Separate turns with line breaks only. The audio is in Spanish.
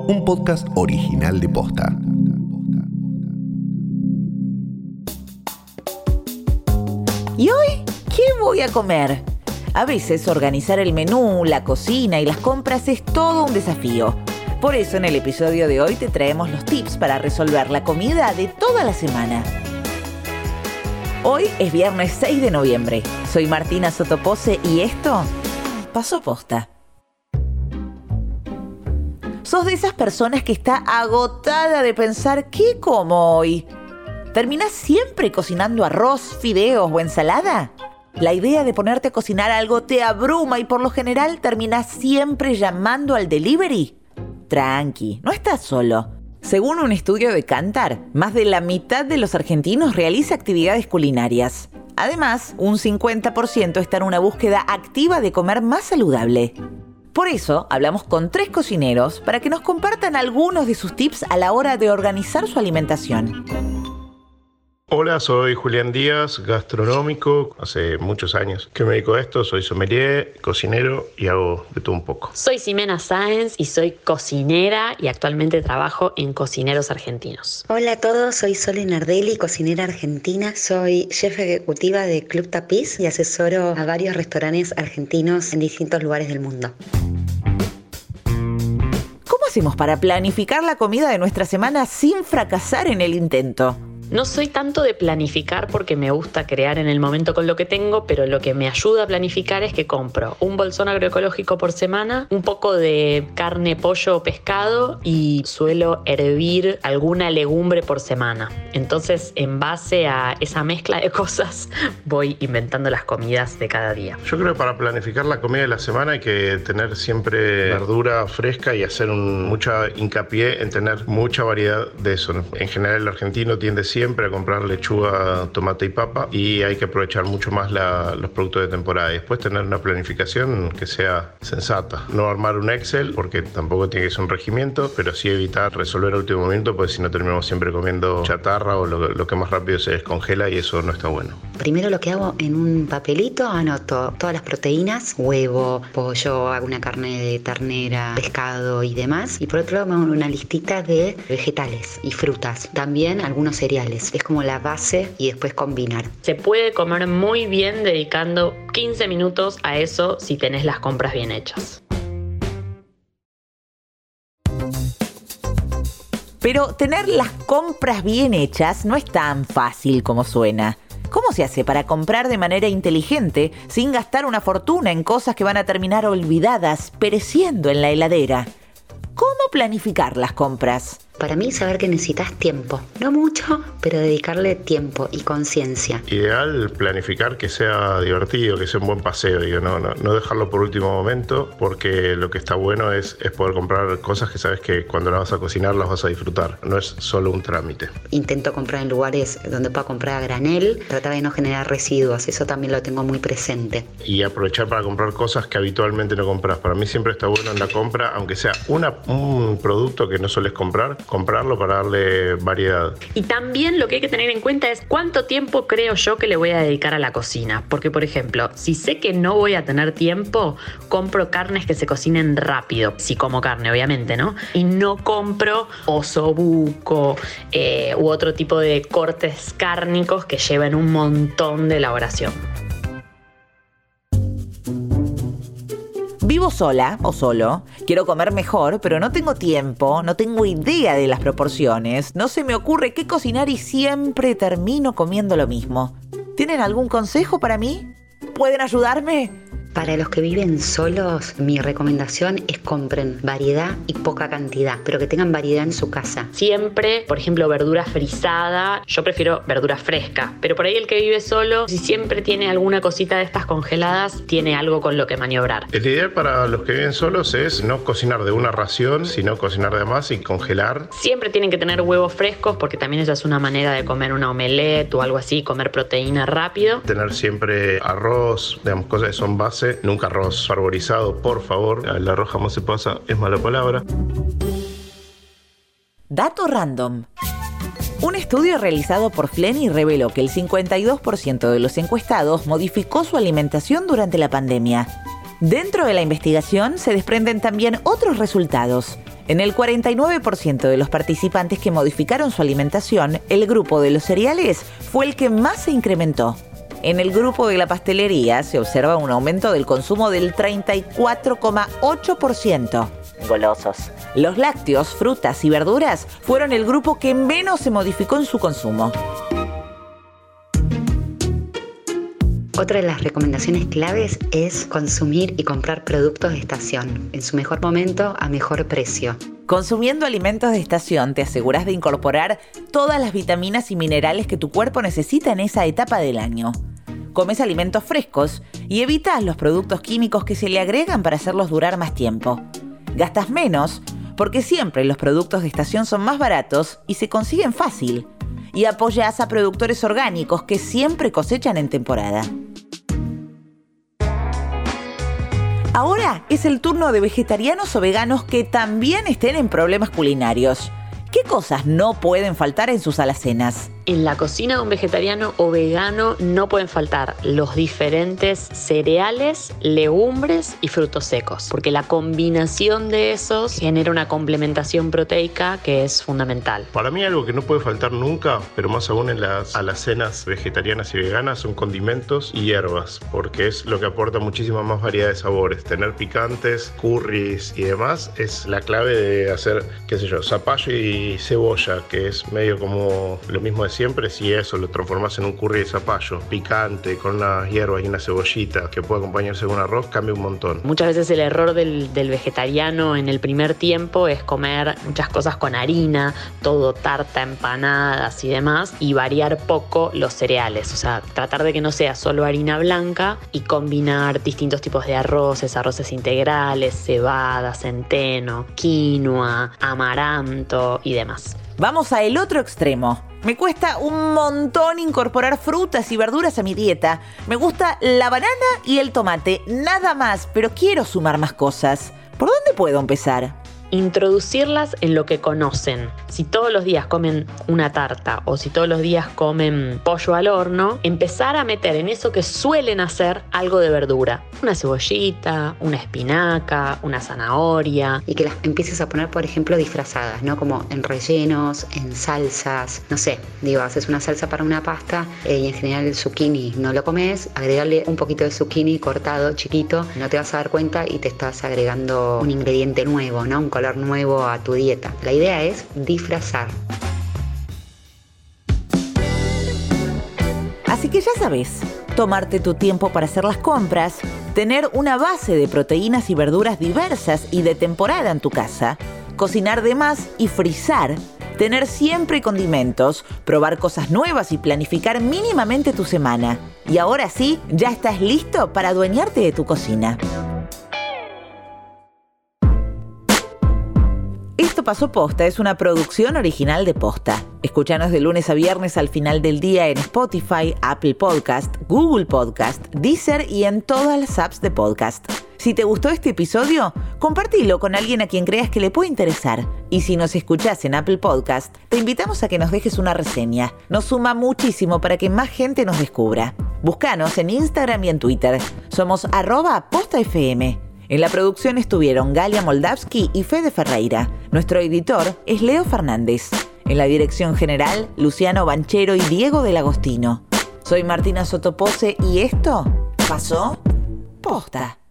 un podcast original de Posta.
¿Y hoy qué voy a comer? A veces organizar el menú, la cocina y las compras es todo un desafío. Por eso en el episodio de hoy te traemos los tips para resolver la comida de toda la semana. Hoy es viernes 6 de noviembre. Soy Martina Sotopose y esto pasó posta. ¿Sos de esas personas que está agotada de pensar qué como hoy? ¿Terminás siempre cocinando arroz, fideos o ensalada? La idea de ponerte a cocinar algo te abruma y por lo general terminás siempre llamando al delivery. Tranqui, no estás solo. Según un estudio de Kantar, más de la mitad de los argentinos realiza actividades culinarias. Además, un 50% está en una búsqueda activa de comer más saludable. Por eso, hablamos con 3 cocineros para que nos compartan algunos de sus tips a la hora de organizar su alimentación.
Hola, soy Julián Díaz, gastronómico. Hace muchos años que me dedico a esto. Soy sommelier, cocinero y hago de todo un poco.
Soy Ximena Sáenz y soy cocinera y actualmente trabajo en Cocineros Argentinos.
Hola a todos, soy Sole Nardelli, cocinera argentina. Soy chef ejecutiva de Club Tapiz y asesoro a varios restaurantes argentinos en distintos lugares del mundo.
¿Cómo hacemos para planificar la comida de nuestra semana sin fracasar en el intento?
No soy tanto de planificar porque me gusta crear en el momento con lo que tengo, pero lo que me ayuda a planificar es que compro un bolsón agroecológico por semana, un poco de carne, pollo o pescado y suelo hervir alguna legumbre por semana. Entonces, en base a esa mezcla de cosas, voy inventando las comidas de cada día.
Yo creo que para planificar la comida de la semana hay que tener siempre verdura fresca y hacer mucha hincapié en tener mucha variedad de eso. En general, el argentino tiende siempre a comprar lechuga, tomate y papa y hay que aprovechar mucho más los productos de temporada y después tener una planificación que sea sensata. No armar un Excel porque tampoco tiene que ser un regimiento, pero sí evitar resolver al último momento porque si no terminamos siempre comiendo chatarra o lo que más rápido se descongela y eso no está bueno.
Primero lo que hago en un papelito, anoto todas las proteínas, huevo, pollo, alguna carne de ternera, pescado y demás. Y por otro lado me hago una listita de vegetales y frutas. También algunos cereales. Es como la base y después combinar.
Se puede comer muy bien dedicando 15 minutos a eso si tenés las compras bien hechas.
Pero tener las compras bien hechas no es tan fácil como suena. ¿Cómo se hace para comprar de manera inteligente sin gastar una fortuna en cosas que van a terminar olvidadas, pereciendo en la heladera? ¿Cómo planificar las compras?
Para mí, saber que necesitas tiempo. No mucho, pero dedicarle tiempo y conciencia.
Ideal planificar que sea divertido, que sea un buen paseo. No dejarlo por último momento, porque lo que está bueno es poder comprar cosas que sabes que cuando las vas a cocinar las vas a disfrutar. No es solo un trámite.
Intento comprar en lugares donde pueda comprar a granel, tratar de no generar residuos. Eso también lo tengo muy presente.
Y aprovechar para comprar cosas que habitualmente no compras. Para mí siempre está bueno en la compra, aunque sea un producto que no sueles comprarlo para darle variedad.
Y también lo que hay que tener en cuenta es cuánto tiempo creo yo que le voy a dedicar a la cocina. Porque, por ejemplo, si sé que no voy a tener tiempo, compro carnes que se cocinen rápido. Si como carne, obviamente, ¿no? Y no compro osobuco u otro tipo de cortes cárnicos que lleven un montón de elaboración.
Vivo sola o solo, quiero comer mejor, pero no tengo tiempo, no tengo idea de las proporciones, no se me ocurre qué cocinar y siempre termino comiendo lo mismo. ¿Tienen algún consejo para mí? ¿Pueden ayudarme?
Para los que viven solos, mi recomendación es compren variedad y poca cantidad, pero que tengan variedad en su casa.
Siempre, por ejemplo, verdura frisada, yo prefiero verdura fresca, pero por ahí el que vive solo, si siempre tiene alguna cosita de estas congeladas, tiene algo con lo que maniobrar.
El ideal para los que viven solos es no cocinar de una ración, sino cocinar de más y congelar.
Siempre tienen que tener huevos frescos porque también esa es una manera de comer una omelette o algo así, comer proteína rápido.
Tener siempre arroz, digamos, cosas que son base. Nunca arroz parborizado, por favor. El arroz jamás se pasa, es mala palabra.
Dato random. Un estudio realizado por Flenny reveló que el 52% de los encuestados modificó su alimentación durante la pandemia. Dentro de la investigación se desprenden también otros resultados. En el 49% de los participantes que modificaron su alimentación, el grupo de los cereales fue el que más se incrementó. En el grupo de la pastelería se observa un aumento del consumo del 34,8%. Golosos. Los lácteos, frutas y verduras fueron el grupo que menos se modificó en su consumo.
Otra de las recomendaciones claves es consumir y comprar productos de estación, en su mejor momento, a mejor precio.
Consumiendo alimentos de estación te aseguras de incorporar todas las vitaminas y minerales que tu cuerpo necesita en esa etapa del año. Comes alimentos frescos y evitas los productos químicos que se le agregan para hacerlos durar más tiempo. Gastas menos porque siempre los productos de estación son más baratos y se consiguen fácil. Y apoyas a productores orgánicos que siempre cosechan en temporada. Ahora es el turno de vegetarianos o veganos que también estén en problemas culinarios. ¿Qué cosas no pueden faltar en sus alacenas?
En la cocina de un vegetariano o vegano no pueden faltar los diferentes cereales, legumbres y frutos secos, porque la combinación de esos genera una complementación proteica que es fundamental.
Para mí algo que no puede faltar nunca, pero más aún en las alacenas vegetarianas y veganas, son condimentos y hierbas, porque es lo que aporta muchísima más variedad de sabores. Tener picantes, curries y demás es la clave de hacer, zapallo y cebolla, que es medio como lo mismo de siempre, si eso lo transformas en un curry de zapallo picante con unas hierbas y una cebollita que puede acompañarse con un arroz, cambia un montón.
Muchas veces el error del vegetariano en el primer tiempo es comer muchas cosas con harina, todo tarta, empanadas y demás, y variar poco los cereales, o sea, tratar de que no sea solo harina blanca y combinar distintos tipos de arroces integrales, cebada, centeno, quinoa, amaranto y demás.
Vamos a el otro extremo. Me cuesta un montón incorporar frutas y verduras a mi dieta. Me gusta la banana y el tomate, nada más, pero quiero sumar más cosas. ¿Por dónde puedo empezar?
Introducirlas en lo que conocen. Si todos los días comen una tarta o si todos los días comen pollo al horno, empezar a meter en eso que suelen hacer algo de verdura. Una cebollita, una espinaca, una zanahoria.
Y que las empieces a poner, por ejemplo, disfrazadas, ¿no? Como en rellenos, en salsas. No sé, haces una salsa para una pasta y en general el zucchini no lo comes. Agregarle un poquito de zucchini cortado, chiquito. No te vas a dar cuenta y te estás agregando un ingrediente nuevo, ¿no? Un color nuevo a tu dieta. La idea es disfrazar.
Así que ya sabes, tomarte tu tiempo para hacer las compras, tener una base de proteínas y verduras diversas y de temporada en tu casa, cocinar de más y frizar, tener siempre condimentos, probar cosas nuevas y planificar mínimamente tu semana. Y ahora sí, ya estás listo para adueñarte de tu cocina. Esto Pasó Posta es una producción original de Posta. Escúchanos de lunes a viernes al final del día en Spotify, Apple Podcast, Google Podcast, Deezer y en todas las apps de podcast. Si te gustó este episodio, compártelo con alguien a quien creas que le puede interesar. Y si nos escuchás en Apple Podcast, te invitamos a que nos dejes una reseña. Nos suma muchísimo para que más gente nos descubra. Búscanos en Instagram y en Twitter. Somos @postafm. En la producción estuvieron Galia Moldavsky y Fede Ferreira. Nuestro editor es Leo Fernández. En la dirección general, Luciano Banchero y Diego del Agostino. Soy Martina Sotopose y esto pasó Posta.